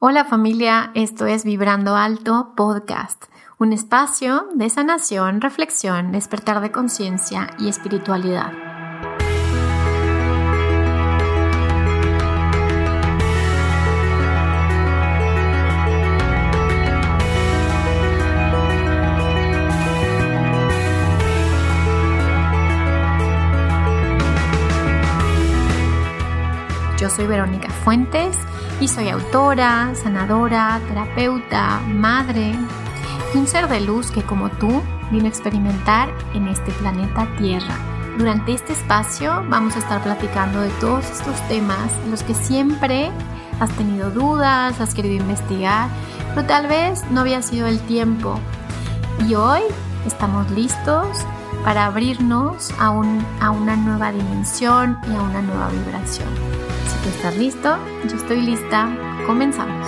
Hola familia, esto es Vibrando Alto Podcast, un espacio de sanación, reflexión, despertar de conciencia y espiritualidad. Yo soy Verónica Fuentes y soy autora, sanadora, terapeuta, madre y un ser de luz que como tú vino a experimentar en este planeta Tierra. Durante este espacio vamos a estar platicando de todos estos temas en los que siempre has tenido dudas, has querido investigar, pero tal vez no había sido el tiempo. Y hoy estamos listos para abrirnos a una nueva dimensión y a una nueva vibración. Si tú estás listo, yo estoy lista. Comenzamos.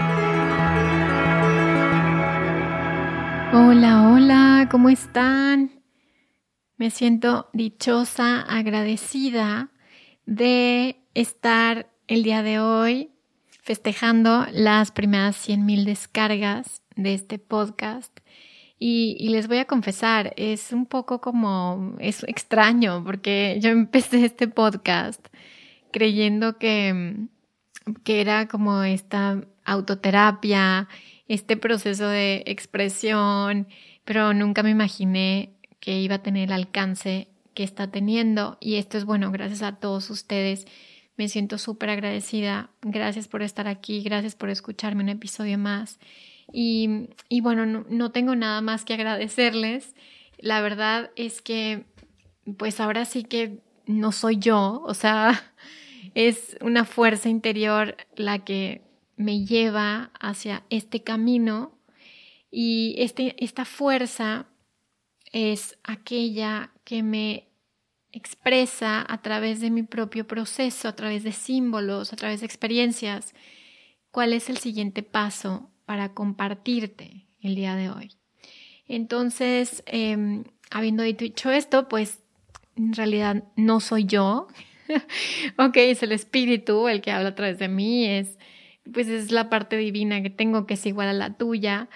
Hola, ¿cómo están? Me siento dichosa, agradecida de estar el día de hoy festejando las primeras 100,000 descargas de este podcast. Y les voy a confesar, es un poco es extraño porque yo empecé este podcast creyendo que era como esta autoterapia, este proceso de expresión, pero nunca me imaginé que iba a tener el alcance que está teniendo. Y esto es gracias a todos ustedes. Me siento súper agradecida. Gracias por estar aquí, gracias por escucharme un episodio más. Y no tengo nada más que agradecerles. La verdad es que pues ahora sí que no soy yo, o sea, es una fuerza interior la que me lleva hacia este camino y esta fuerza es aquella que me expresa a través de mi propio proceso, a través de símbolos, a través de experiencias, cuál es el siguiente paso para compartirte el día de hoy. Entonces, habiendo dicho esto, pues en realidad no soy yo. Es el espíritu el que habla a través de mí, es la parte divina que tengo, que es igual a la tuya.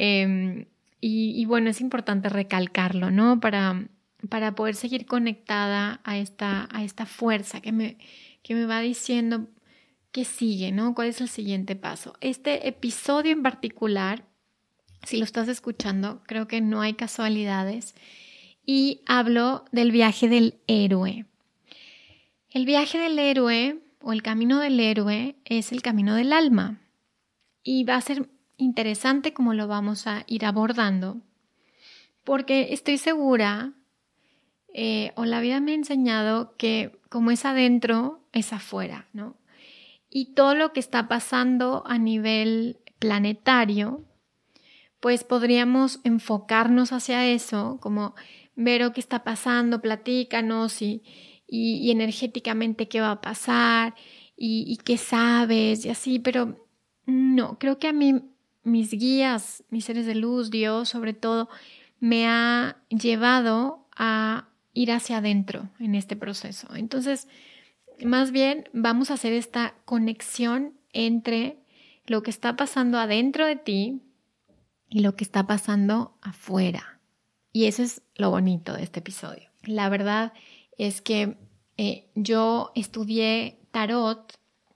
Es importante recalcarlo, ¿no? Para poder seguir conectada a esta fuerza que me va diciendo qué sigue, ¿no? ¿Cuál es el siguiente paso? Este episodio en particular, si lo estás escuchando, creo que no hay casualidades. Y hablo del viaje del héroe. El viaje del héroe o el camino del héroe es el camino del alma. Y va a ser interesante cómo lo vamos a ir abordando. Porque estoy segura, o la vida me ha enseñado que como es adentro, es afuera, ¿no? Y todo lo que está pasando a nivel planetario, pues podríamos enfocarnos hacia eso, como ver qué está pasando, platícanos y energéticamente qué va a pasar y qué sabes y así, pero no, creo que a mí mis guías, mis seres de luz, Dios sobre todo, me ha llevado a ir hacia adentro en este proceso. Entonces, más bien vamos a hacer esta conexión entre lo que está pasando adentro de ti y lo que está pasando afuera. Y eso es lo bonito de este episodio. La verdad es que yo estudié tarot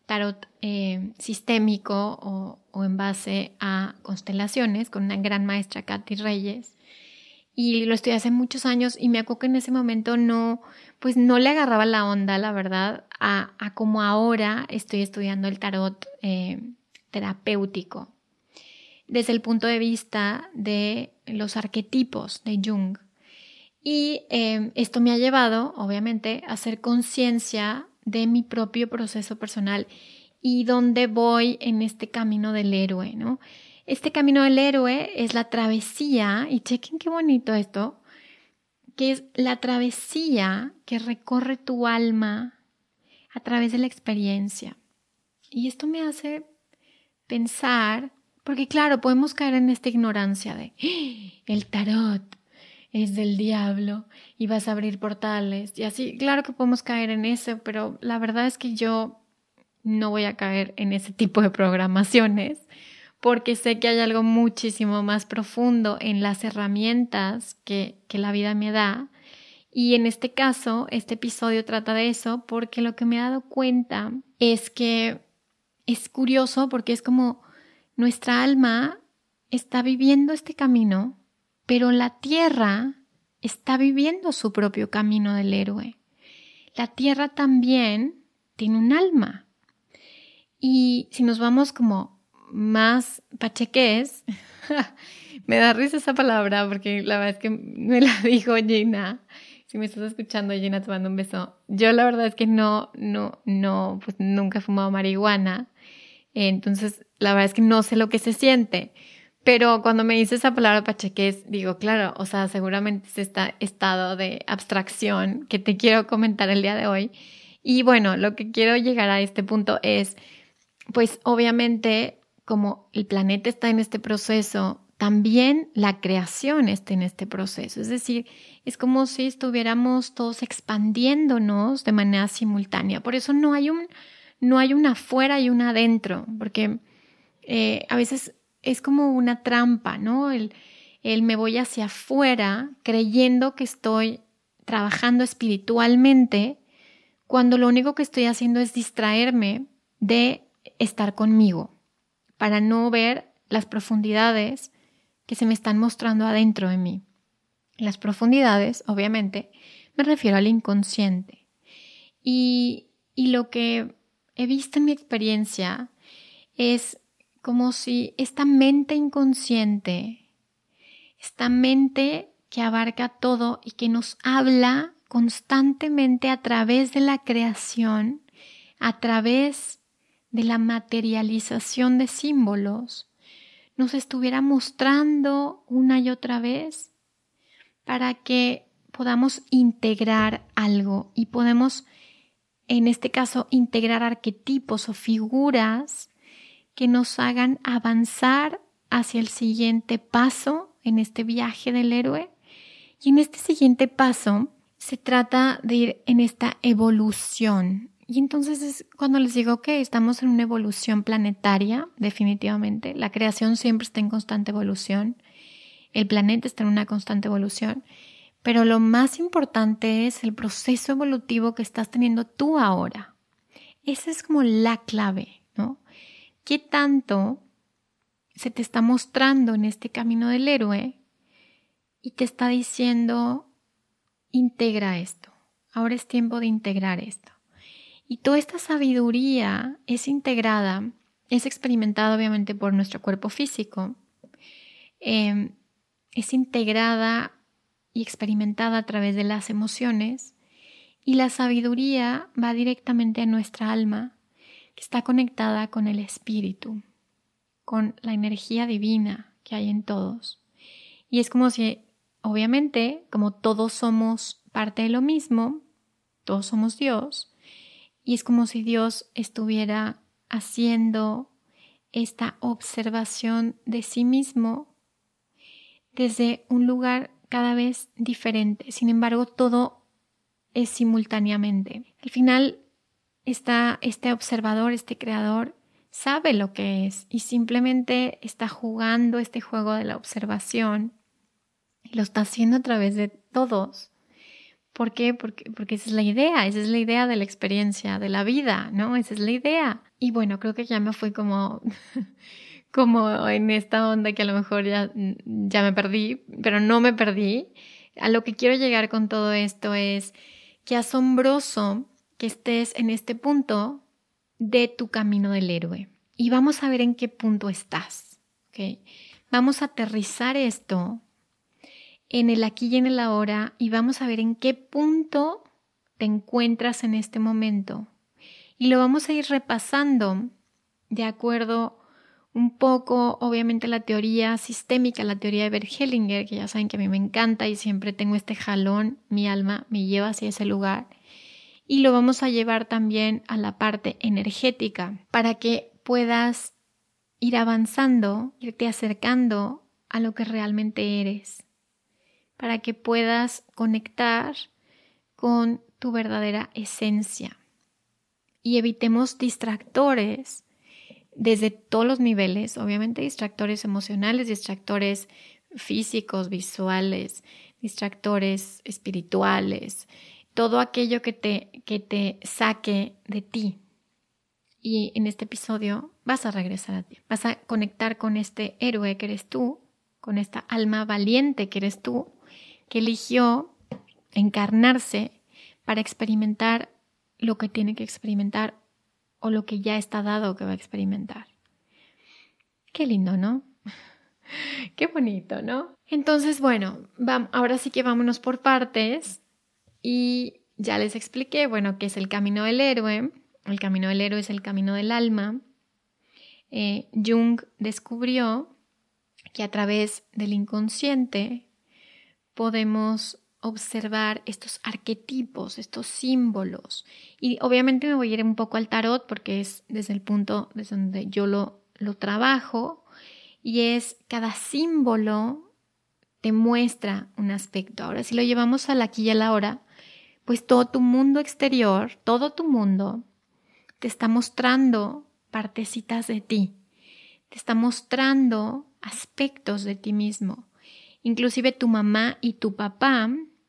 sistémico o en base a constelaciones con una gran maestra, Katy Reyes. Y lo estudié hace muchos años y me acuerdo que en ese momento no le agarraba la onda, la verdad, a como ahora estoy estudiando el tarot terapéutico desde el punto de vista de los arquetipos de Jung. Y esto me ha llevado, obviamente, a hacer conciencia de mi propio proceso personal y dónde voy en este camino del héroe, ¿no? Este camino del héroe es la travesía, y chequen qué bonito esto, que es la travesía que recorre tu alma a través de la experiencia. Y esto me hace pensar, porque claro, podemos caer en esta ignorancia de el tarot es del diablo y vas a abrir portales y así. Claro que podemos caer en eso, pero la verdad es que yo no voy a caer en ese tipo de programaciones, porque sé que hay algo muchísimo más profundo en las herramientas que la vida me da. Y en este caso, este episodio trata de eso, porque lo que me he dado cuenta es que es curioso, porque es como nuestra alma está viviendo este camino, pero la tierra está viviendo su propio camino del héroe. La tierra también tiene un alma. Y si nos vamos como más pacheques, me da risa esa palabra porque la verdad es que me la dijo Gina. Si me estás escuchando, Gina, te mando un beso. Yo la verdad es que no, pues nunca he fumado marihuana. Entonces, la verdad es que no sé lo que se siente. Pero cuando me dice esa palabra pacheques, digo, claro, o sea, seguramente es este estado de abstracción que te quiero comentar el día de hoy. Y bueno, lo que quiero llegar a este punto es, pues obviamente, como el planeta está en este proceso, también la creación está en este proceso. Es decir, es como si estuviéramos todos expandiéndonos de manera simultánea. Por eso no hay una afuera y una adentro, porque a veces es como una trampa, ¿no? El me voy hacia afuera creyendo que estoy trabajando espiritualmente, cuando lo único que estoy haciendo es distraerme de estar conmigo, para no ver las profundidades que se me están mostrando adentro de mí. Las profundidades, obviamente, me refiero al inconsciente. Y lo que he visto en mi experiencia es como si esta mente inconsciente, esta mente que abarca todo y que nos habla constantemente a través de la creación, a través de la materialización de símbolos, nos estuviera mostrando una y otra vez para que podamos integrar algo y podemos, en este caso, integrar arquetipos o figuras que nos hagan avanzar hacia el siguiente paso en este viaje del héroe. Y en este siguiente paso se trata de ir en esta evolución. Y entonces es cuando les digo que estamos en una evolución planetaria, definitivamente. La creación siempre está en constante evolución. El planeta está en una constante evolución. Pero lo más importante es el proceso evolutivo que estás teniendo tú ahora. Esa es como la clave, ¿no? ¿Qué tanto se te está mostrando en este camino del héroe y te está diciendo, integra esto? Ahora es tiempo de integrar esto. Y toda esta sabiduría es integrada, es experimentada obviamente por nuestro cuerpo físico, es integrada y experimentada a través de las emociones, y la sabiduría va directamente a nuestra alma, que está conectada con el espíritu, con la energía divina que hay en todos. Y es como si, obviamente, como todos somos parte de lo mismo, todos somos Dios, y es como si Dios estuviera haciendo esta observación de sí mismo desde un lugar cada vez diferente. Sin embargo, todo es simultáneamente. Al final, este observador, este creador, sabe lo que es y simplemente está jugando este juego de la observación y lo está haciendo a través de todos. ¿Por qué? Porque esa es la idea de la experiencia, de la vida, ¿no? Esa es la idea. Y bueno, creo que ya me fui como en esta onda que a lo mejor ya me perdí, pero no me perdí. A lo que quiero llegar con todo esto es qué asombroso que estés en este punto de tu camino del héroe. Y vamos a ver en qué punto estás, ¿ok? Vamos a aterrizar esto en el aquí y en el ahora y vamos a ver en qué punto te encuentras en este momento. Y lo vamos a ir repasando de acuerdo un poco, obviamente, la teoría sistémica, la teoría de Bert Hellinger, que ya saben que a mí me encanta y siempre tengo este jalón, mi alma me lleva hacia ese lugar. Y lo vamos a llevar también a la parte energética para que puedas ir avanzando, irte acercando a lo que realmente eres, para que puedas conectar con tu verdadera esencia. y evitemos distractores desde todos los niveles, obviamente distractores emocionales, distractores físicos, visuales, distractores espirituales, todo aquello que te saque de ti. Y en este episodio vas a regresar a ti, vas a conectar con este héroe que eres tú, con esta alma valiente que eres tú, que eligió encarnarse para experimentar lo que tiene que experimentar o lo que ya está dado que va a experimentar. Qué lindo, ¿no? Qué bonito, ¿no? Entonces, bueno, ahora sí que vámonos por partes y ya les expliqué, bueno, qué es el camino del héroe. El camino del héroe es el camino del alma. Jung descubrió que a través del inconsciente podemos observar estos arquetipos, estos símbolos. Y obviamente me voy a ir un poco al tarot porque es desde el punto desde donde yo lo trabajo, y es cada símbolo te muestra un aspecto. Ahora, si lo llevamos al aquí y a la ahora, pues todo tu mundo exterior, todo tu mundo te está mostrando partecitas de ti, te está mostrando aspectos de ti mismo. Inclusive tu mamá y tu papá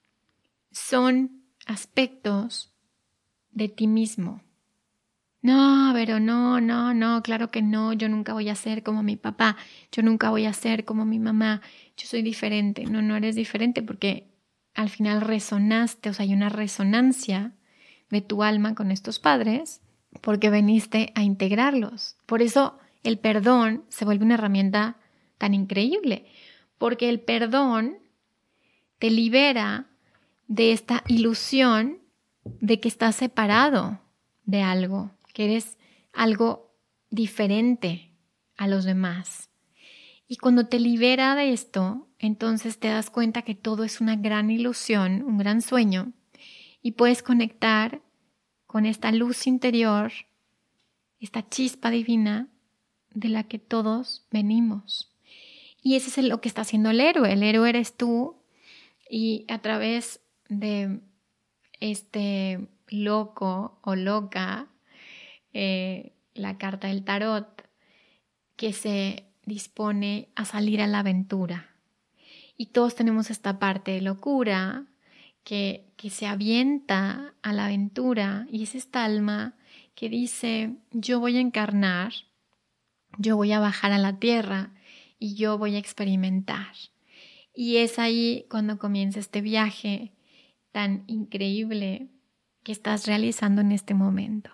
son aspectos de ti mismo. No, pero no, claro que no, yo nunca voy a ser como mi papá, yo nunca voy a ser como mi mamá, yo soy diferente. No eres diferente porque al final resonaste, o sea, hay una resonancia de tu alma con estos padres porque veniste a integrarlos. Por eso el perdón se vuelve una herramienta tan increíble, porque el perdón te libera de esta ilusión de que estás separado de algo, que eres algo diferente a los demás. Y cuando te libera de esto, entonces te das cuenta que todo es una gran ilusión, un gran sueño, y puedes conectar con esta luz interior, esta chispa divina de la que todos venimos. Y ese es lo que está haciendo el héroe. El héroe eres tú, y a través de este loco o loca, la carta del tarot, que se dispone a salir a la aventura. Y todos tenemos esta parte de locura que se avienta a la aventura, y es esta alma que dice: yo voy a encarnar, yo voy a bajar a la tierra y yo voy a experimentar. Y es ahí cuando comienza este viaje tan increíble que estás realizando en este momento.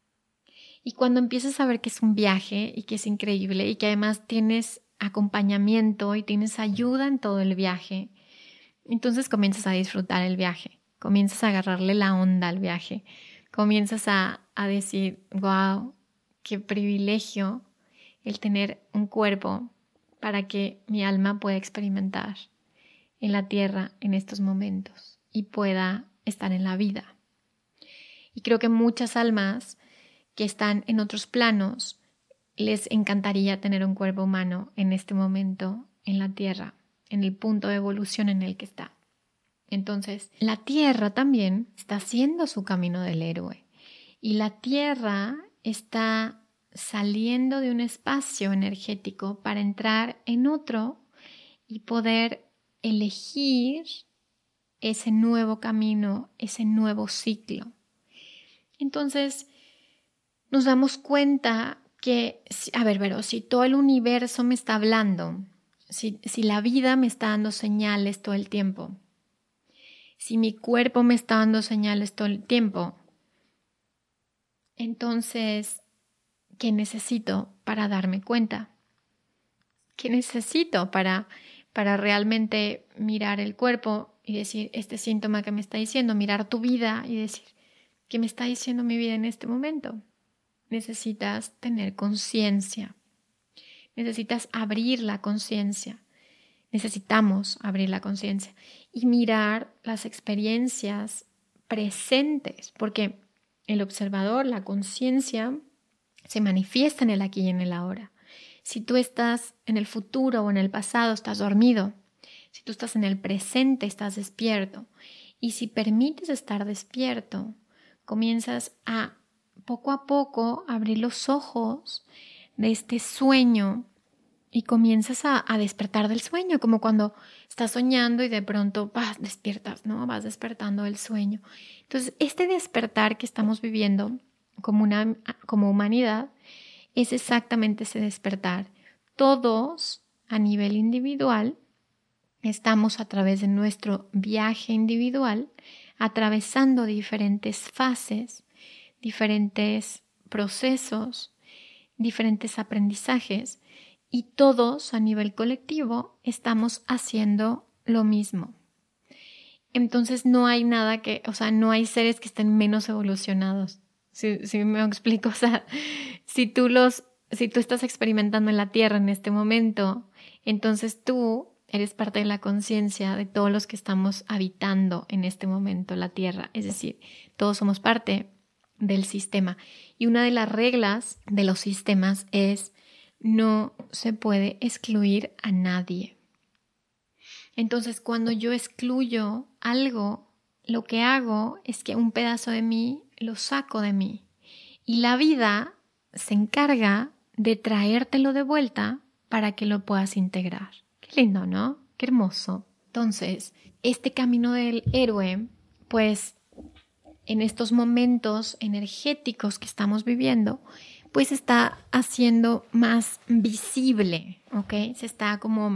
Y cuando empiezas a ver que es un viaje y que es increíble y que además tienes acompañamiento y tienes ayuda en todo el viaje, entonces comienzas a disfrutar el viaje, comienzas a agarrarle la onda al viaje, comienzas a decir: wow, qué privilegio el tener un cuerpo para que mi alma pueda experimentar en la tierra en estos momentos y pueda estar en la vida. Y creo que muchas almas que están en otros planos les encantaría tener un cuerpo humano en este momento en la tierra, en el punto de evolución en el que está. Entonces, la tierra también está haciendo su camino del héroe, y la tierra está saliendo de un espacio energético para entrar en otro y poder elegir ese nuevo camino, ese nuevo ciclo. Entonces, nos damos cuenta que, pero si todo el universo me está hablando, si la vida me está dando señales todo el tiempo, si mi cuerpo me está dando señales todo el tiempo, entonces, ¿qué necesito para darme cuenta? ¿Qué necesito para realmente mirar el cuerpo y decir: este síntoma que me está diciendo? Mirar tu vida y decir: ¿qué me está diciendo mi vida en este momento? Necesitas tener conciencia, necesitas abrir la conciencia, necesitamos abrir la conciencia y mirar las experiencias presentes, porque el observador, la conciencia, se manifiesta en el aquí y en el ahora. Si tú estás en el futuro o en el pasado, estás dormido. Si tú estás en el presente, estás despierto. Y si permites estar despierto, comienzas a poco a poco abrir los ojos de este sueño y comienzas a despertar del sueño, como cuando estás soñando y de pronto despiertas, ¿no? Vas despertando del sueño. Entonces, este despertar que estamos viviendo como humanidad es exactamente ese despertar. Todos, a nivel individual, estamos a través de nuestro viaje individual, atravesando diferentes fases, diferentes procesos, diferentes aprendizajes, y todos a nivel colectivo estamos haciendo lo mismo. Entonces no hay no hay seres que estén menos evolucionados. Si me explico, o sea, si tú estás experimentando en la Tierra en este momento, entonces tú eres parte de la conciencia de todos los que estamos habitando en este momento la Tierra. Es decir, todos somos parte del sistema. Y una de las reglas de los sistemas es: no se puede excluir a nadie. Entonces, cuando yo excluyo algo, lo que hago es que un pedazo de mí lo saco de mí. Y la vida se encarga de traértelo de vuelta para que lo puedas integrar. Qué lindo, ¿no? Qué hermoso. Entonces, este camino del héroe, pues, en estos momentos energéticos que estamos viviendo, pues está haciendo más visible, ¿ok? Se está como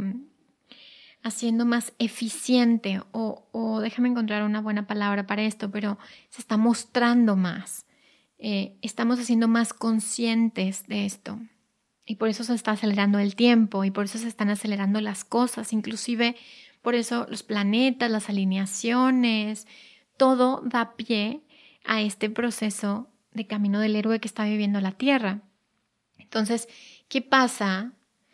haciendo más eficiente o déjame encontrar una buena palabra para esto, pero se está mostrando más. Estamos haciendo más conscientes de esto y por eso se está acelerando el tiempo y por eso se están acelerando las cosas, inclusive por eso los planetas, las alineaciones, todo da pie a este proceso de camino del héroe que está viviendo la Tierra. Entonces, ¿qué pasa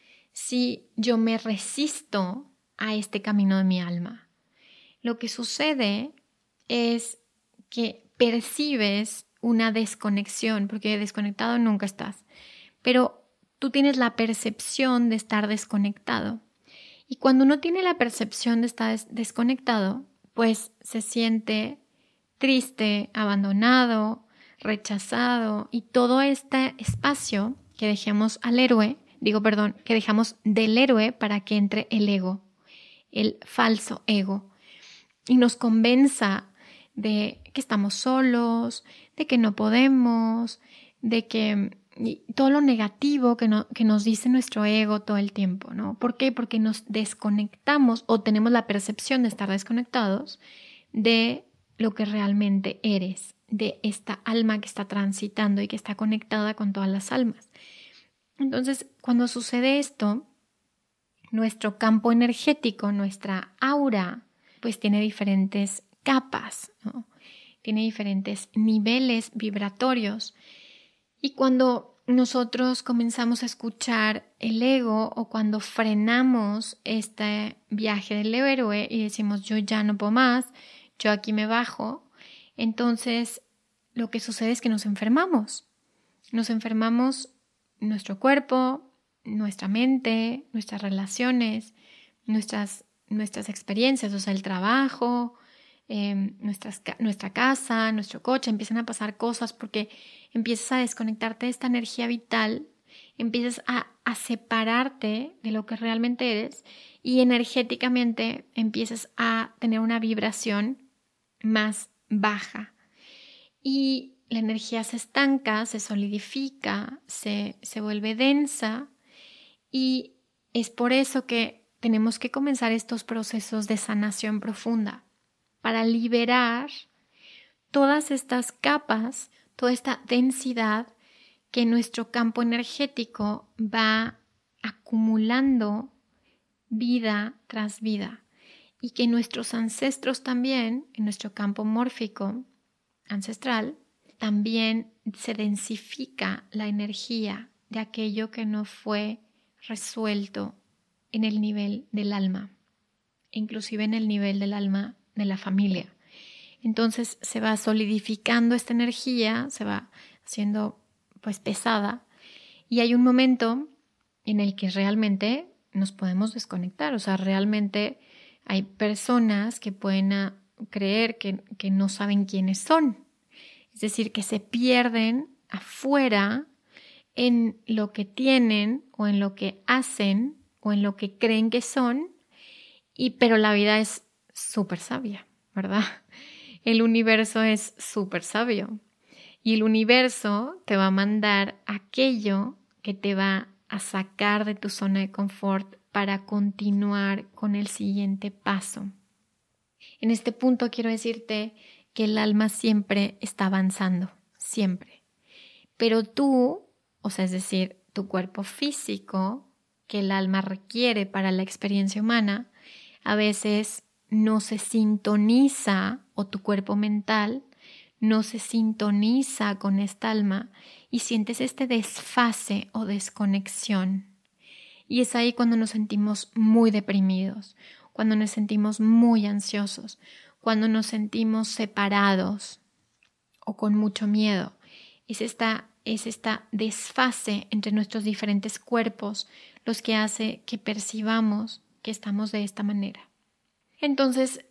si yo me resisto a este camino de mi alma? Lo que sucede es que percibes una desconexión, porque desconectado nunca estás, pero tú tienes la percepción de estar desconectado. Y cuando uno tiene la percepción de estar desconectado, pues se siente triste, abandonado, rechazado, y todo este espacio que dejamos que dejamos del héroe para que entre el ego, el falso ego, y nos convenza de que estamos solos, de que no podemos, de que y todo lo negativo que nos dice nuestro ego todo el tiempo, ¿no? ¿Por qué? Porque nos desconectamos o tenemos la percepción de estar desconectados de lo que realmente eres, de esta alma que está transitando y que está conectada con todas las almas. Entonces, cuando sucede esto, nuestro campo energético, nuestra aura, pues tiene diferentes capas, ¿no? Tiene diferentes niveles vibratorios. Y cuando nosotros comenzamos a escuchar el ego o cuando frenamos este viaje del héroe y decimos yo ya no puedo más, yo aquí me bajo, entonces lo que sucede es que nos enfermamos. Nos enfermamos nuestro cuerpo, nuestra mente, nuestras relaciones, nuestras experiencias, o sea, el trabajo, nuestra casa, nuestro coche, empiezan a pasar cosas porque empiezas a desconectarte de esta energía vital, empiezas a separarte de lo que realmente eres y energéticamente empiezas a tener una vibración más baja. Y la energía se estanca, se solidifica, se vuelve densa y es por eso que tenemos que comenzar estos procesos de sanación profunda para liberar todas estas capas, toda esta densidad que nuestro campo energético va acumulando vida tras vida y que nuestros ancestros también, en nuestro campo mórfico ancestral, también se densifica la energía de aquello que no fue resuelto en el nivel del alma, inclusive en el nivel del alma de la familia. Entonces se va solidificando esta energía, se va haciendo pues pesada y hay un momento en el que realmente nos podemos desconectar. O sea, realmente hay personas que pueden creer que no saben quiénes son. Es decir, que se pierden afuera en lo que tienen o en lo que hacen o en lo que creen que son, pero la vida es súper sabia, ¿verdad? El universo es súper sabio y el universo te va a mandar aquello que te va a sacar de tu zona de confort para continuar con el siguiente paso. En este punto quiero decirte que el alma siempre está avanzando, siempre. Pero tú, o sea, es decir, tu cuerpo físico que el alma requiere para la experiencia humana, a veces no se sintoniza, o tu cuerpo mental no se sintoniza con esta alma y sientes este desfase o desconexión. Y es ahí cuando nos sentimos muy deprimidos, cuando nos sentimos muy ansiosos, cuando nos sentimos separados o con mucho miedo. Es esta desfase entre nuestros diferentes cuerpos los que hace que percibamos que estamos de esta manera. Entonces,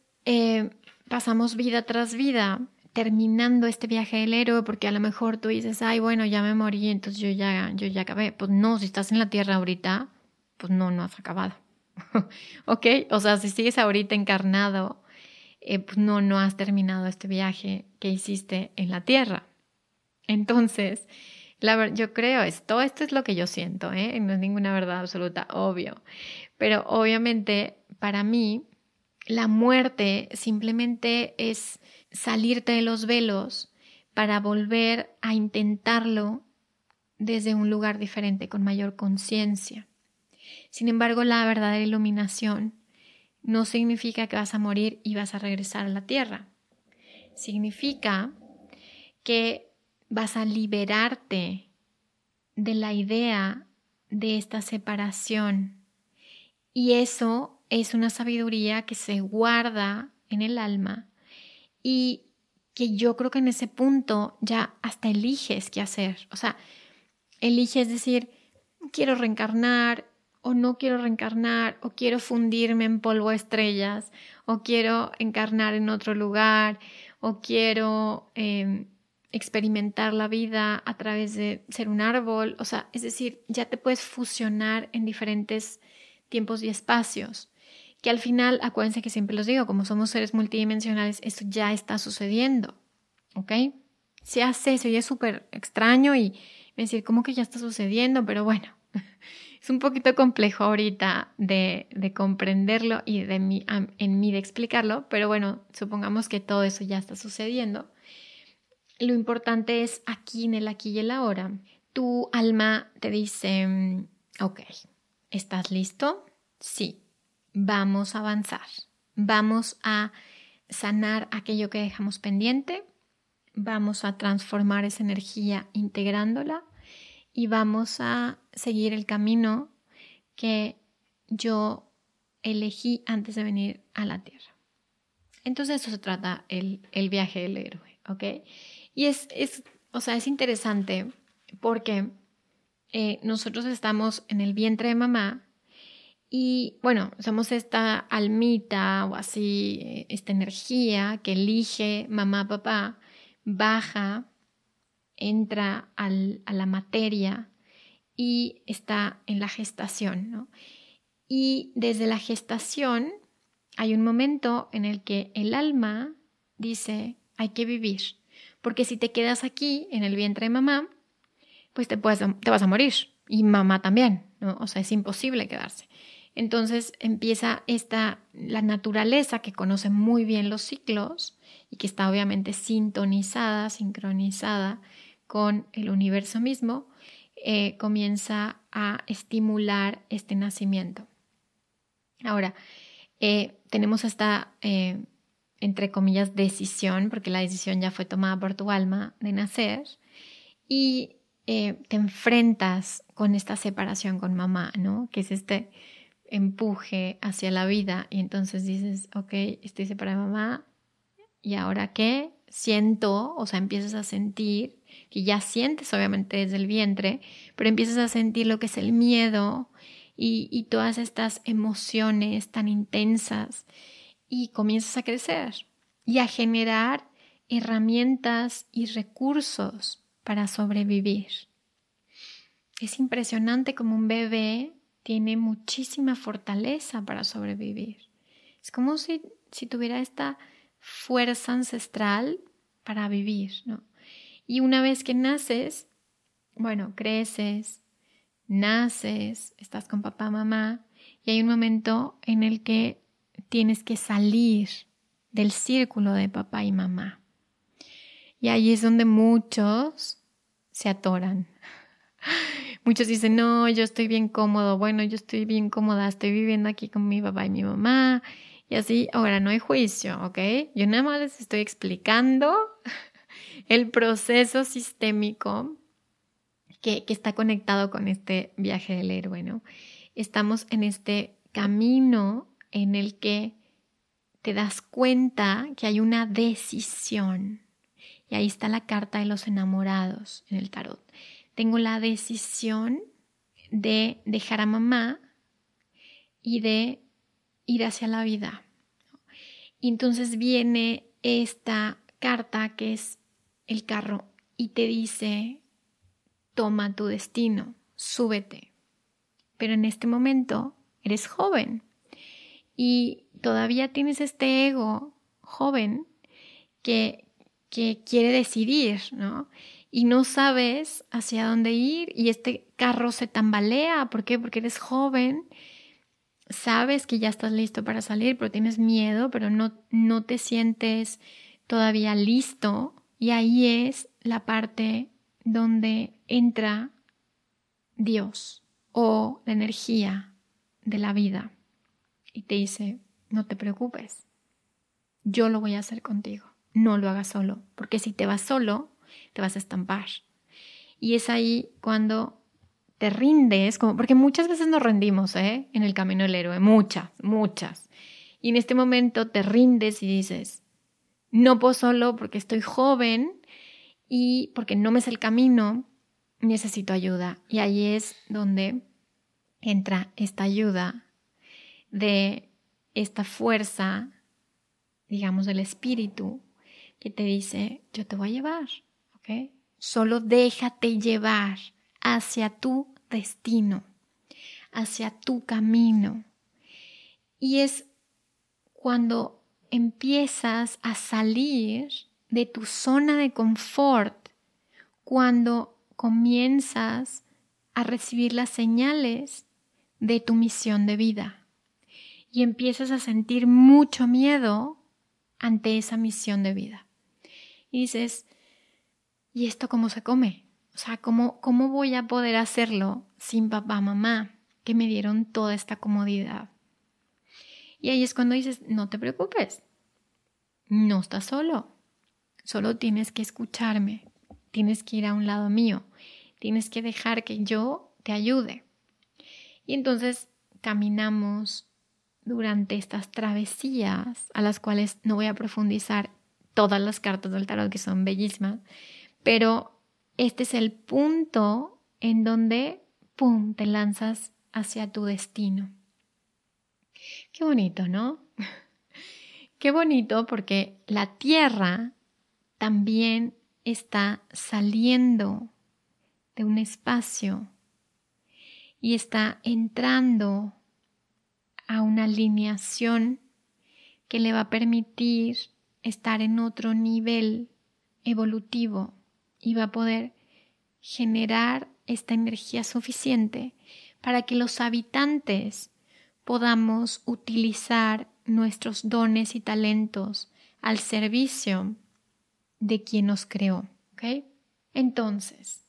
pasamos vida tras vida terminando este viaje del héroe, porque a lo mejor tú dices, ay, bueno, ya me morí, entonces yo ya acabé. Pues no, si estás en la tierra ahorita, pues no has acabado. ¿Ok? O sea, si sigues ahorita encarnado, pues no has terminado este viaje que hiciste en la tierra. Entonces, yo creo, todo esto es lo que yo siento, no es ninguna verdad absoluta, obvio. Pero obviamente, para mí, la muerte simplemente es salirte de los velos para volver a intentarlo desde un lugar diferente, con mayor conciencia. Sin embargo, la verdadera iluminación no significa que vas a morir y vas a regresar a la tierra. Significa que vas a liberarte de la idea de esta separación. Y eso es una sabiduría que se guarda en el alma y que yo creo que en ese punto ya hasta eliges qué hacer. O sea, eliges decir, quiero reencarnar o no quiero reencarnar, o quiero fundirme en polvo de estrellas, o quiero encarnar en otro lugar, o quiero experimentar la vida a través de ser un árbol. O sea, es decir, ya te puedes fusionar en diferentes tiempos y espacios, que al final, acuérdense que siempre los digo, como somos seres multidimensionales, esto ya está sucediendo, ¿ok? Se hace, se oye súper extraño y decir, ¿cómo que ya está sucediendo? Pero bueno, es un poquito complejo ahorita de comprenderlo y en mí de explicarlo, pero bueno, supongamos que todo eso ya está sucediendo. Lo importante es aquí, en el aquí y el ahora. Tu alma te dice, ok, ¿estás listo? Sí, vamos a avanzar. Vamos a sanar aquello que dejamos pendiente. Vamos a transformar esa energía integrándola y vamos a seguir el camino que yo elegí antes de venir a la Tierra. Entonces eso se trata el viaje del héroe, ¿ok? Y es interesante porque nosotros estamos en el vientre de mamá y bueno, somos esta almita o así, esta energía que elige mamá, papá, baja, entra a la materia y está en la gestación, ¿no? Y desde la gestación hay un momento en el que el alma dice, hay que vivir, porque si te quedas aquí en el vientre de mamá, pues te vas a morir, y mamá también, ¿no? O sea, es imposible quedarse. Entonces empieza la naturaleza que conoce muy bien los ciclos y que está obviamente sintonizada, sincronizada con el universo mismo, comienza a estimular este nacimiento. Ahora, tenemos esta, entre comillas, decisión, porque la decisión ya fue tomada por tu alma de nacer, y te enfrentas con esta separación con mamá, ¿no? Que es este empuje hacia la vida, y entonces dices, ok, estoy separada de mamá, ¿y ahora qué? Siento, o sea, empiezas a sentir, que ya sientes obviamente desde el vientre, pero empiezas a sentir lo que es el miedo y todas estas emociones tan intensas, y comienzas a crecer y a generar herramientas y recursos para sobrevivir. Es impresionante como un bebé tiene muchísima fortaleza para sobrevivir. Es como si tuviera esta fuerza ancestral para vivir, ¿no? Y una vez que naces, creces, naces, estás con papá, mamá, y hay un momento en el que tienes que salir del círculo de papá y mamá. Y ahí es donde muchos se atoran. Muchos dicen, no, yo estoy bien cómodo, yo estoy bien cómoda, estoy viviendo aquí con mi papá y mi mamá. Y así, ahora no hay juicio, ¿ok? Yo nada más les estoy explicando el proceso sistémico que está conectado con este viaje del héroe, ¿no? Estamos en este camino en el que te das cuenta que hay una decisión. Y ahí está la carta de los enamorados en el tarot. Tengo la decisión de dejar a mamá y de ir hacia la vida. Y entonces viene esta carta que es el carro y te dice, toma tu destino, súbete. Pero en este momento eres joven y todavía tienes este ego joven que quiere decidir, ¿no? Y no sabes hacia dónde ir y este carro se tambalea. ¿Por qué? Porque eres joven, sabes que ya estás listo para salir, pero tienes miedo, pero no te sientes todavía listo. Y ahí es la parte donde entra Dios o la energía de la vida y te dice, no te preocupes, yo lo voy a hacer contigo, no lo hagas solo, porque si te vas solo, te vas a estampar. Y es ahí cuando te rindes, porque muchas veces nos rendimos en el camino del héroe, muchas. Y en este momento te rindes y dices, no puedo solo porque estoy joven y porque no me sé el camino, necesito ayuda. Y ahí es donde entra esta ayuda de esta fuerza, digamos, del espíritu que te dice, yo te voy a llevar, ¿ok? Solo déjate llevar hacia tu destino, hacia tu camino. Y es cuando empiezas a salir de tu zona de confort, cuando comienzas a recibir las señales de tu misión de vida y empiezas a sentir mucho miedo ante esa misión de vida. Y dices, ¿y esto cómo se come? O sea, ¿cómo voy a poder hacerlo sin papá, mamá, que me dieron toda esta comodidad? Y ahí es cuando dices, no te preocupes, no estás solo tienes que escucharme, tienes que ir a un lado mío, tienes que dejar que yo te ayude. Y entonces caminamos durante estas travesías, a las cuales no voy a profundizar todas las cartas del tarot que son bellísimas, pero este es el punto en donde, ¡pum!, te lanzas hacia tu destino. Qué bonito, ¿no? Qué bonito porque la tierra también está saliendo de un espacio y está entrando a una alineación que le va a permitir estar en otro nivel evolutivo y va a poder generar esta energía suficiente para que los habitantes podamos utilizar nuestros dones y talentos al servicio de quien nos creó, ¿ok? Entonces,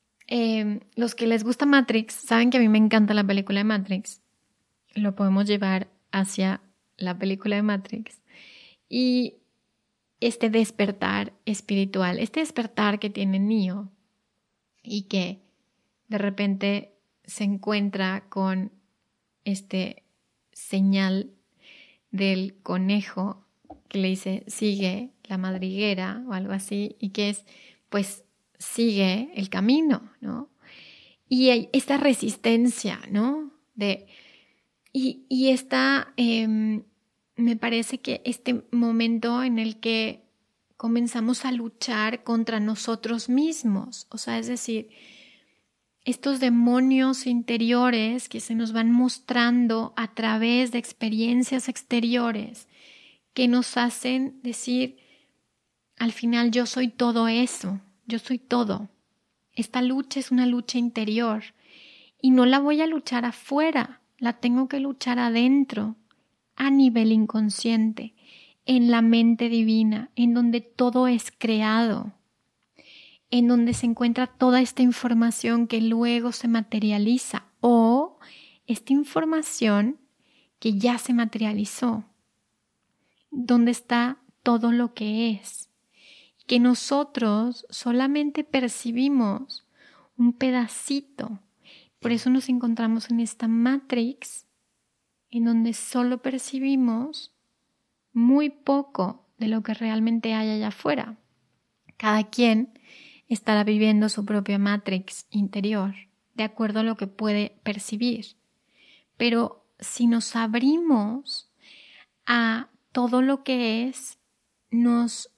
los que les gusta Matrix, saben que a mí me encanta la película de Matrix. Lo podemos llevar hacia la película de Matrix. Y este despertar espiritual, este despertar que tiene Neo y que de repente se encuentra con este señal del conejo que le dice, sigue la madriguera o algo así, y que es, pues, sigue el camino, ¿no? Y hay esta resistencia, ¿no? Y esta, me parece que este momento en el que comenzamos a luchar contra nosotros mismos. O sea, es decir, estos demonios interiores que se nos van mostrando a través de experiencias exteriores que nos hacen decir, al final yo soy todo eso, yo soy todo. Esta lucha es una lucha interior y no la voy a luchar afuera, la tengo que luchar adentro, a nivel inconsciente, en la mente divina, en donde todo es creado, en donde se encuentra toda esta información que luego se materializa o esta información que ya se materializó, donde está todo lo que es, que nosotros solamente percibimos un pedacito. Por eso nos encontramos en esta matrix en donde solo percibimos muy poco de lo que realmente hay allá afuera. Cada quien estará viviendo su propia matrix interior, de acuerdo a lo que puede percibir. Pero si nos abrimos a todo lo que es, nos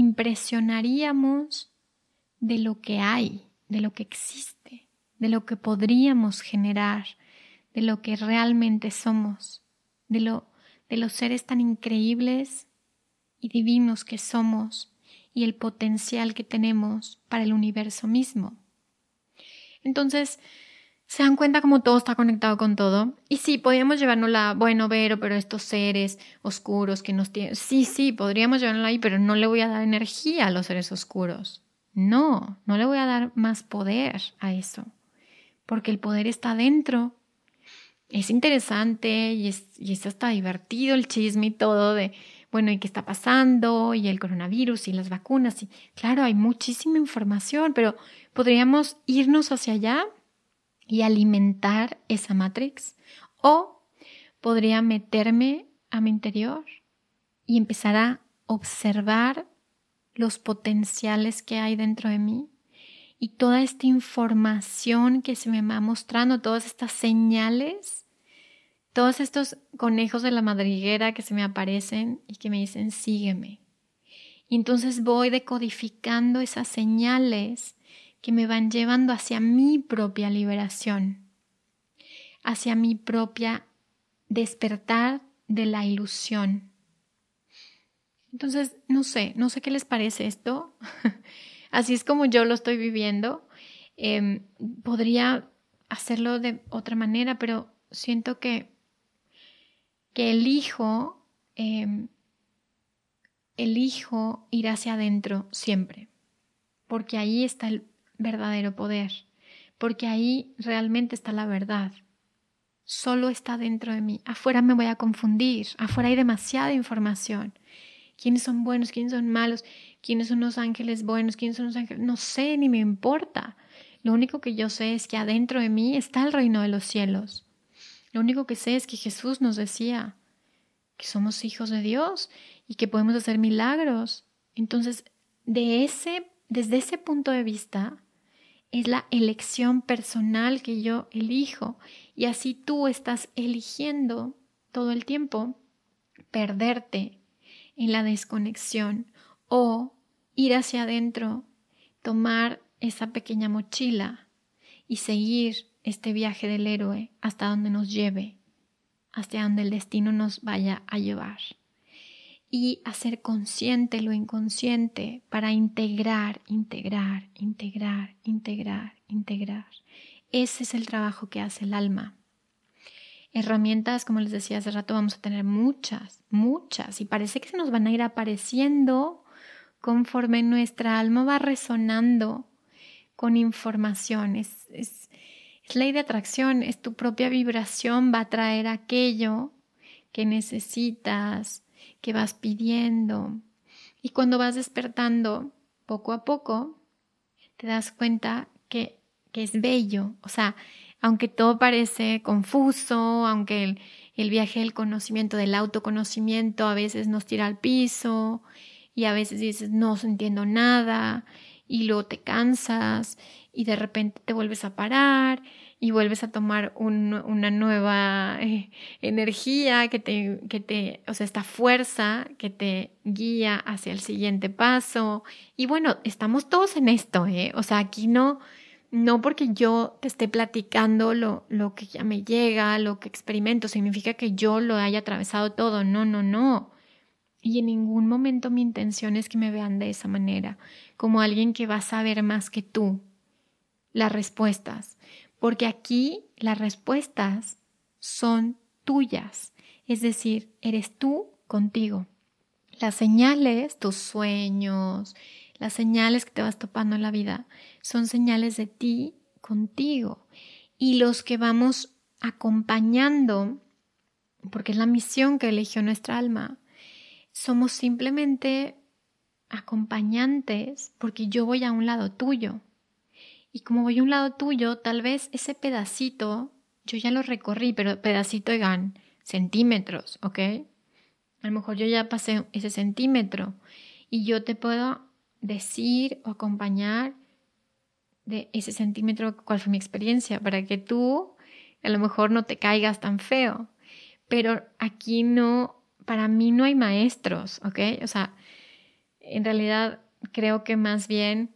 impresionaríamos de lo que hay, de lo que existe, de lo que podríamos generar, de lo que realmente somos, de los seres tan increíbles y divinos que somos y el potencial que tenemos para el universo mismo. Entonces, se dan cuenta cómo todo está conectado con todo. Y sí, podríamos llevárnosla, bueno, pero estos seres oscuros que nos tienen... Sí, podríamos llevárnosla ahí, pero no le voy a dar energía a los seres oscuros. No le voy a dar más poder a eso. Porque el poder está dentro. Es interesante y es hasta divertido el chisme y todo de, bueno, ¿y qué está pasando? Y el coronavirus y las vacunas. Y claro, hay muchísima información, pero podríamos irnos hacia allá y alimentar esa matrix, o podría meterme a mi interior y empezar a observar los potenciales que hay dentro de mí y toda esta información que se me va mostrando, todas estas señales, todos estos conejos de la madriguera que se me aparecen y que me dicen sígueme. Y entonces voy decodificando esas señales que me van llevando hacia mi propia liberación, hacia mi propia despertar de la ilusión. Entonces, no sé qué les parece esto. Así es como yo lo estoy viviendo. Podría hacerlo de otra manera, pero siento que elijo ir hacia adentro siempre, porque ahí está el verdadero poder, porque ahí realmente está la verdad. Solo está dentro de mí. Afuera me voy a confundir, afuera hay demasiada información. ¿Quiénes son buenos? ¿Quiénes son malos? ¿Quiénes son los ángeles buenos? ¿Quiénes son los ángeles? No sé, ni me importa. Lo único que yo sé es que adentro de mí está el reino de los cielos. Lo único que sé es que Jesús nos decía que somos hijos de Dios y que podemos hacer milagros. Entonces, desde ese punto de vista, es la elección personal que yo elijo. Y así tú estás eligiendo todo el tiempo perderte en la desconexión o ir hacia adentro, tomar esa pequeña mochila y seguir este viaje del héroe hasta donde nos lleve, hasta donde el destino nos vaya a llevar. Y hacer consciente lo inconsciente para integrar. Ese es el trabajo que hace el alma. Herramientas, como les decía hace rato, vamos a tener muchas, y parece que se nos van a ir apareciendo conforme nuestra alma va resonando con información. Es ley de atracción, es tu propia vibración, va a traer aquello que necesitas, que vas pidiendo. Y cuando vas despertando poco a poco, te das cuenta que es bello. O sea, aunque todo parece confuso, aunque el viaje del conocimiento, del autoconocimiento a veces nos tira al piso y a veces dices no entiendo nada y luego te cansas y de repente te vuelves a parar y vuelves a tomar una nueva energía o sea, esta fuerza que te guía hacia el siguiente paso. Y bueno, estamos todos en esto, ¿eh? O sea, aquí no porque yo te esté platicando lo que ya me llega, lo que experimento, significa que yo lo haya atravesado todo. No, no, no. Y en ningún momento mi intención es que me vean de esa manera, como alguien que va a saber más que tú las respuestas, porque aquí las respuestas son tuyas, es decir, eres tú contigo. Las señales, tus sueños, las señales que te vas topando en la vida son señales de ti contigo, y los que vamos acompañando, porque es la misión que eligió nuestra alma, somos simplemente acompañantes porque yo voy a un lado tuyo. Y como voy a un lado tuyo, tal vez ese pedacito yo ya lo recorrí, pero pedacito digan centímetros, ¿ok? A lo mejor yo ya pasé ese centímetro y yo te puedo decir o acompañar de ese centímetro cuál fue mi experiencia para que tú a lo mejor no te caigas tan feo. Pero aquí no, para mí no hay maestros, ¿ok? O sea, en realidad creo que más bien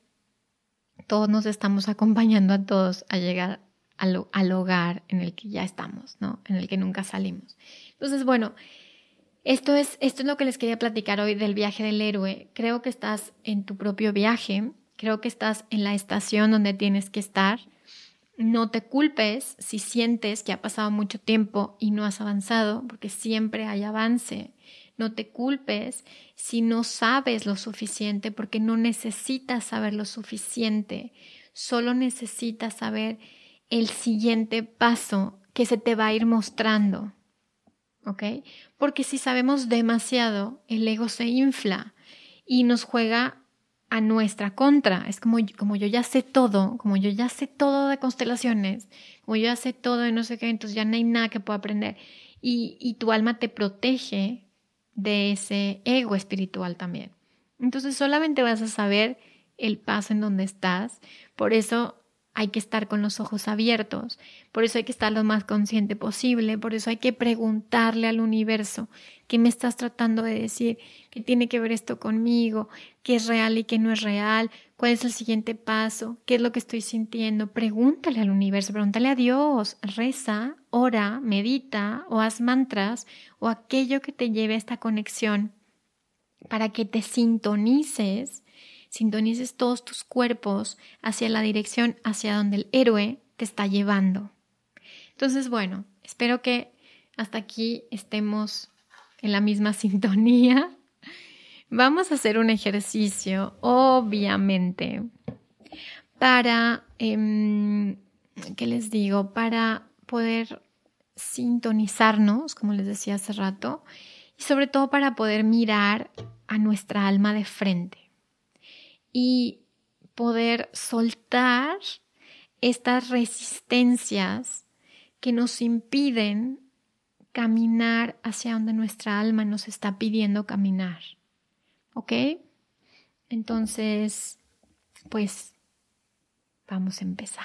todos nos estamos acompañando a todos a llegar al hogar en el que ya estamos, ¿no? En el que nunca salimos. Entonces, bueno, esto es lo que les quería platicar hoy del viaje del héroe. Creo que estás en tu propio viaje, creo que estás en la estación donde tienes que estar. No te culpes si sientes que ha pasado mucho tiempo y no has avanzado, porque siempre hay avance. No te culpes si no sabes lo suficiente, porque no necesitas saber lo suficiente. Solo necesitas saber el siguiente paso que se te va a ir mostrando. ¿Ok? Porque si sabemos demasiado, el ego se infla y nos juega a nuestra contra. Es como yo ya sé todo, como yo ya sé todo de constelaciones, como yo ya sé todo de no sé qué, entonces ya no hay nada que pueda aprender. Y tu alma te protege de ese ego espiritual también. Entonces solamente vas a saber el paso en donde estás. Por eso hay que estar con los ojos abiertos, por eso hay que estar lo más consciente posible, por eso hay que preguntarle al universo, ¿qué me estás tratando de decir? ¿Qué tiene que ver esto conmigo? ¿Qué es real y qué no es real? ¿Cuál es el siguiente paso? ¿Qué es lo que estoy sintiendo? Pregúntale al universo, pregúntale a Dios, reza, ora, medita o haz mantras o aquello que te lleve a esta conexión para que te sintonices todos tus cuerpos hacia la dirección hacia donde el héroe te está llevando. Entonces, bueno, espero que hasta aquí estemos en la misma sintonía. Vamos a hacer un ejercicio, obviamente, para, ¿qué les digo? Para poder sintonizarnos, como les decía hace rato, y sobre todo para poder mirar a nuestra alma de frente y poder soltar estas resistencias que nos impiden caminar hacia donde nuestra alma nos está pidiendo caminar. ¿Ok? Entonces, pues vamos a empezar.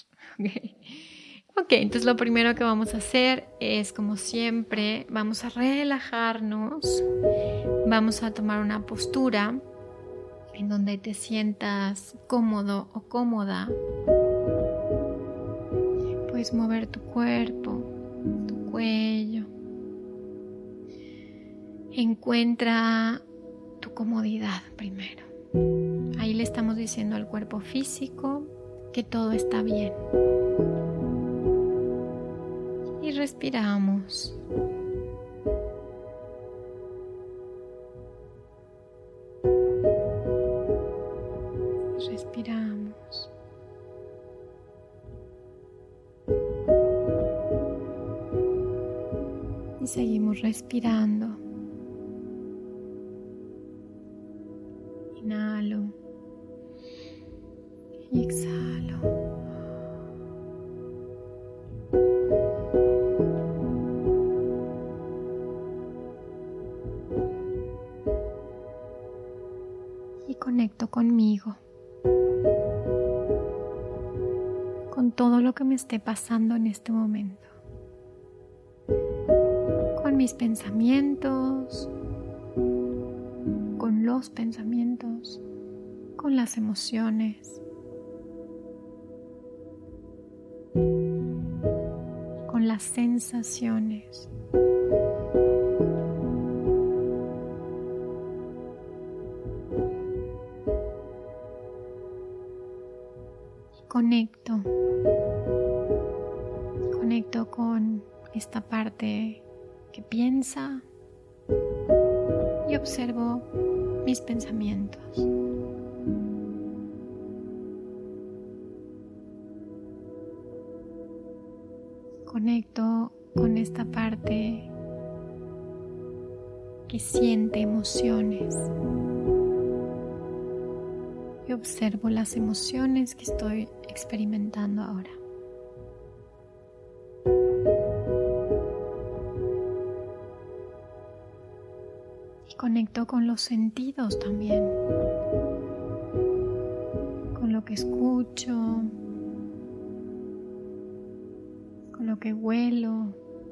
Ok, entonces lo primero que vamos a hacer es, como siempre, vamos a relajarnos, vamos a tomar una postura en donde te sientas cómodo o cómoda. Puedes mover tu cuerpo, tu cuello. Encuentra tu comodidad primero. Ahí le estamos diciendo al cuerpo físico que todo está bien. Y respiramos. Respiramos. Y seguimos respirando. Inhalo y exhalo. Y conecto conmigo, con todo lo lo que me esté pasando en este momento. Con mis pensamientos, con los pensamientos, con las emociones, con las sensaciones. Conecto con esta parte que piensa y observo mis pensamientos. Conecto con esta parte que siente emociones y observo las emociones que estoy experimentando ahora. Y conecto con los sentidos también, con lo que escucho, con lo que huelo,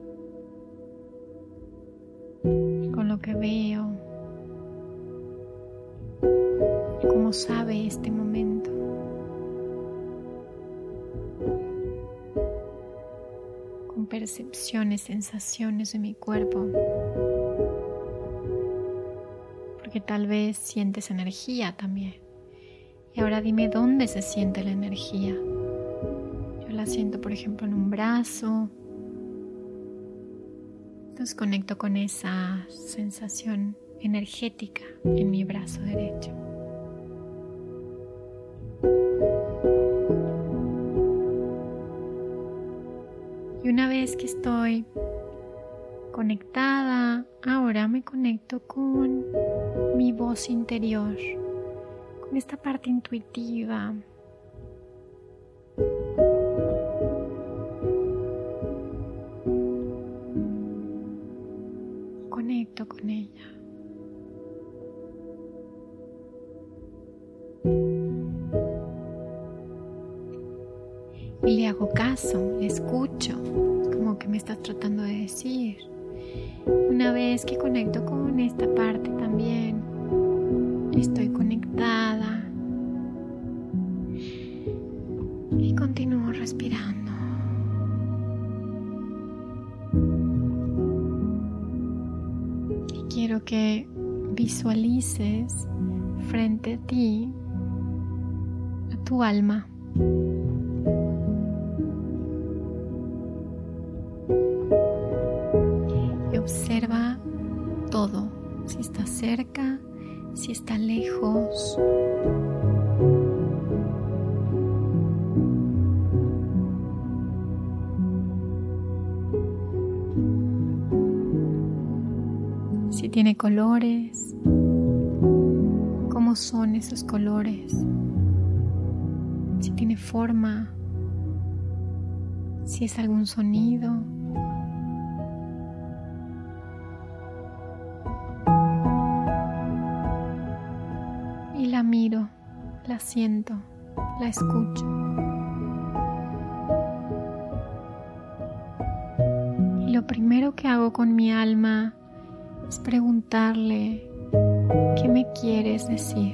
con lo que veo, cómo sabe este momento. Con percepciones, sensaciones de mi cuerpo, porque tal vez sientes energía también. Y ahora dime dónde se siente la energía. Yo la siento, por ejemplo, en un brazo. Entonces conecto con esa sensación energética en mi brazo derecho. Y una vez que estoy conectada, ahora me conecto con mi voz interior, con esta parte intuitiva. Conecto con ella. Y le hago caso, le escucho, como que me estás tratando de decir. Una vez que conecto con esta parte también, estoy conectada y continúo respirando. Y quiero que visualices frente a ti a tu alma. Y observa todo, si está cerca, si está lejos. Si tiene colores, cómo son esos colores. Si tiene forma, si es algún sonido. Y la miro, la siento, la escucho. Y lo primero que hago con mi alma es preguntarle, ¿qué me quieres decir?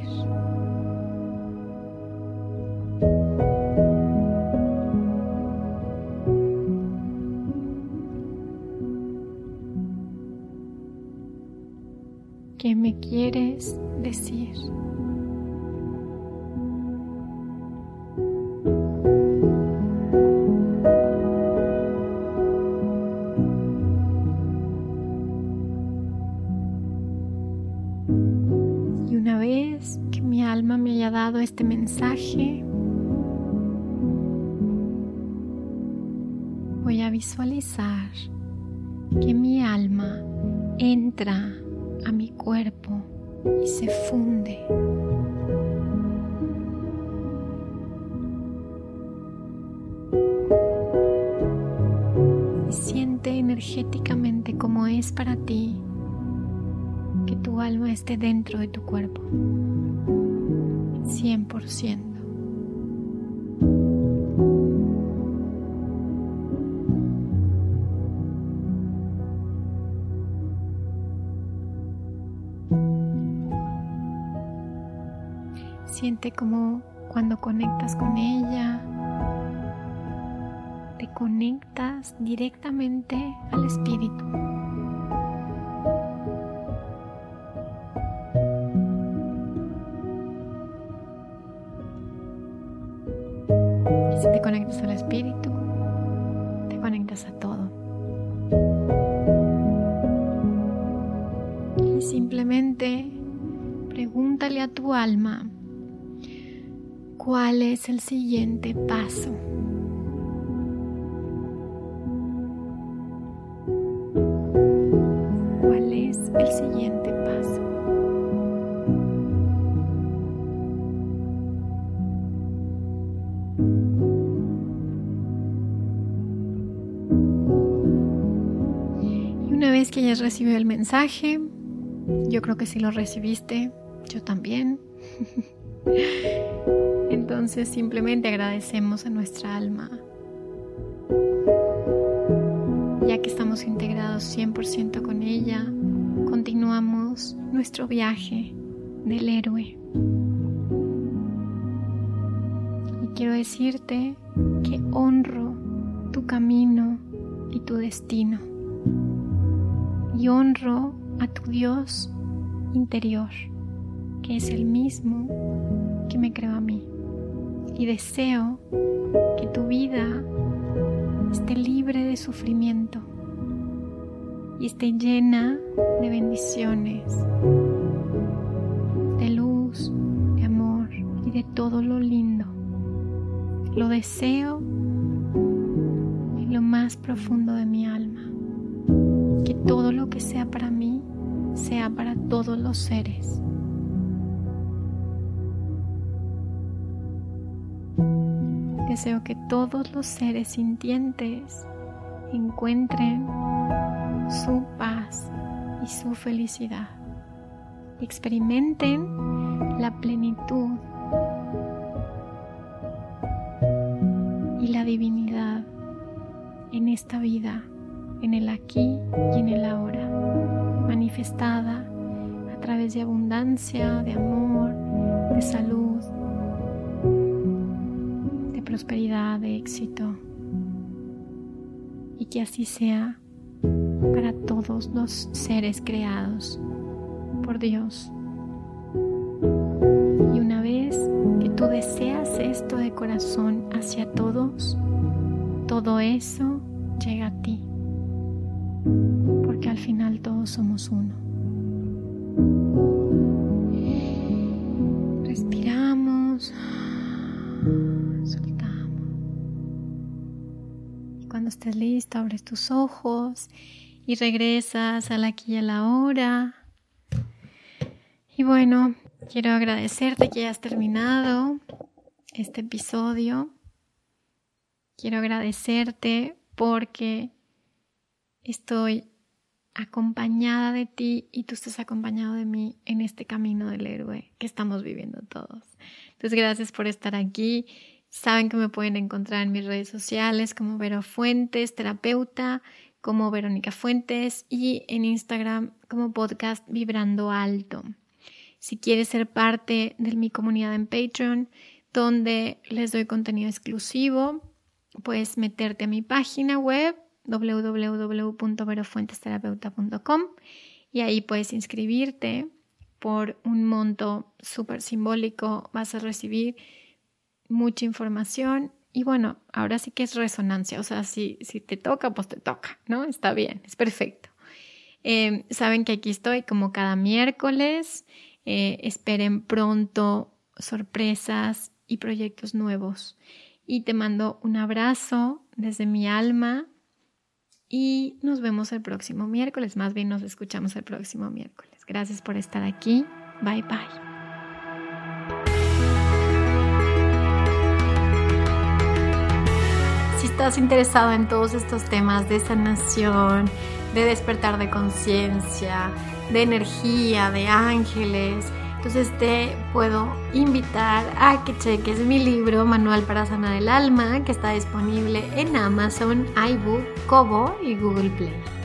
¿Qué me quieres decir? Y una vez que mi alma me haya dado este mensaje, voy a visualizar que mi alma entra a mi cuerpo y se funde. Y siente energéticamente cómo es para ti que tu alma esté dentro de tu cuerpo, 100%. Siente como cuando conectas con ella, te conectas directamente al espíritu. Y si te conectas al espíritu, te conectas a todo. Y simplemente pregúntale a tu alma, ¿cuál es el siguiente paso? ¿Cuál es el siguiente paso? Y una vez que hayas recibido el mensaje, yo creo que sí lo recibiste, yo también. Entonces simplemente agradecemos a nuestra alma, ya que estamos integrados 100% con ella. Continuamos nuestro viaje del héroe. Y quiero decirte que honro tu camino y tu destino, y honro a tu Dios interior, que es el mismo que me creó a mí. Y deseo que tu vida esté libre de sufrimiento y esté llena de bendiciones, de luz, de amor y de todo lo lindo. Lo deseo en lo más profundo de mi alma. Que todo lo que sea para mí sea para todos los seres. Deseo que todos los seres sintientes encuentren su paz y su felicidad. Experimenten la plenitud y la divinidad en esta vida, en el aquí y en el ahora, manifestada a través de abundancia, de amor, de salud, prosperidad, de éxito, y que así sea para todos los seres creados por Dios. Y una vez que tú deseas esto de corazón hacia todos, todo eso llega a ti, porque al final todos somos uno. Respiramos, soltamos. Y cuando estés listo, abres tus ojos y regresas al aquí y a la ahora. Y bueno, quiero agradecerte que hayas terminado este episodio. Quiero agradecerte porque estoy acompañada de ti y tú estás acompañado de mí en este camino del héroe que estamos viviendo todos. Entonces, gracias por estar aquí. Saben que me pueden encontrar en mis redes sociales como Vero Fuentes, terapeuta, como Verónica Fuentes, y en Instagram como podcast Vibrando Alto. Si quieres ser parte de mi comunidad en Patreon, donde les doy contenido exclusivo, puedes meterte a mi página web www.verofuentesterapeuta.com y ahí puedes inscribirte. Por un monto súper simbólico vas a recibir mucha información y bueno, ahora sí que es resonancia, o sea, si te toca, pues te toca, ¿no? Está bien, es perfecto. Saben que aquí estoy como cada miércoles. Esperen pronto sorpresas y proyectos nuevos. Y te mando un abrazo desde mi alma y nos vemos el próximo miércoles. Más bien nos escuchamos el próximo miércoles. Gracias por estar aquí. Bye, bye. Si estás interesado en todos estos temas de sanación, de despertar de conciencia, de energía, de ángeles, entonces te puedo invitar a que cheques mi libro Manual para Sanar el Alma, que está disponible en Amazon, iBook, Kobo y Google Play.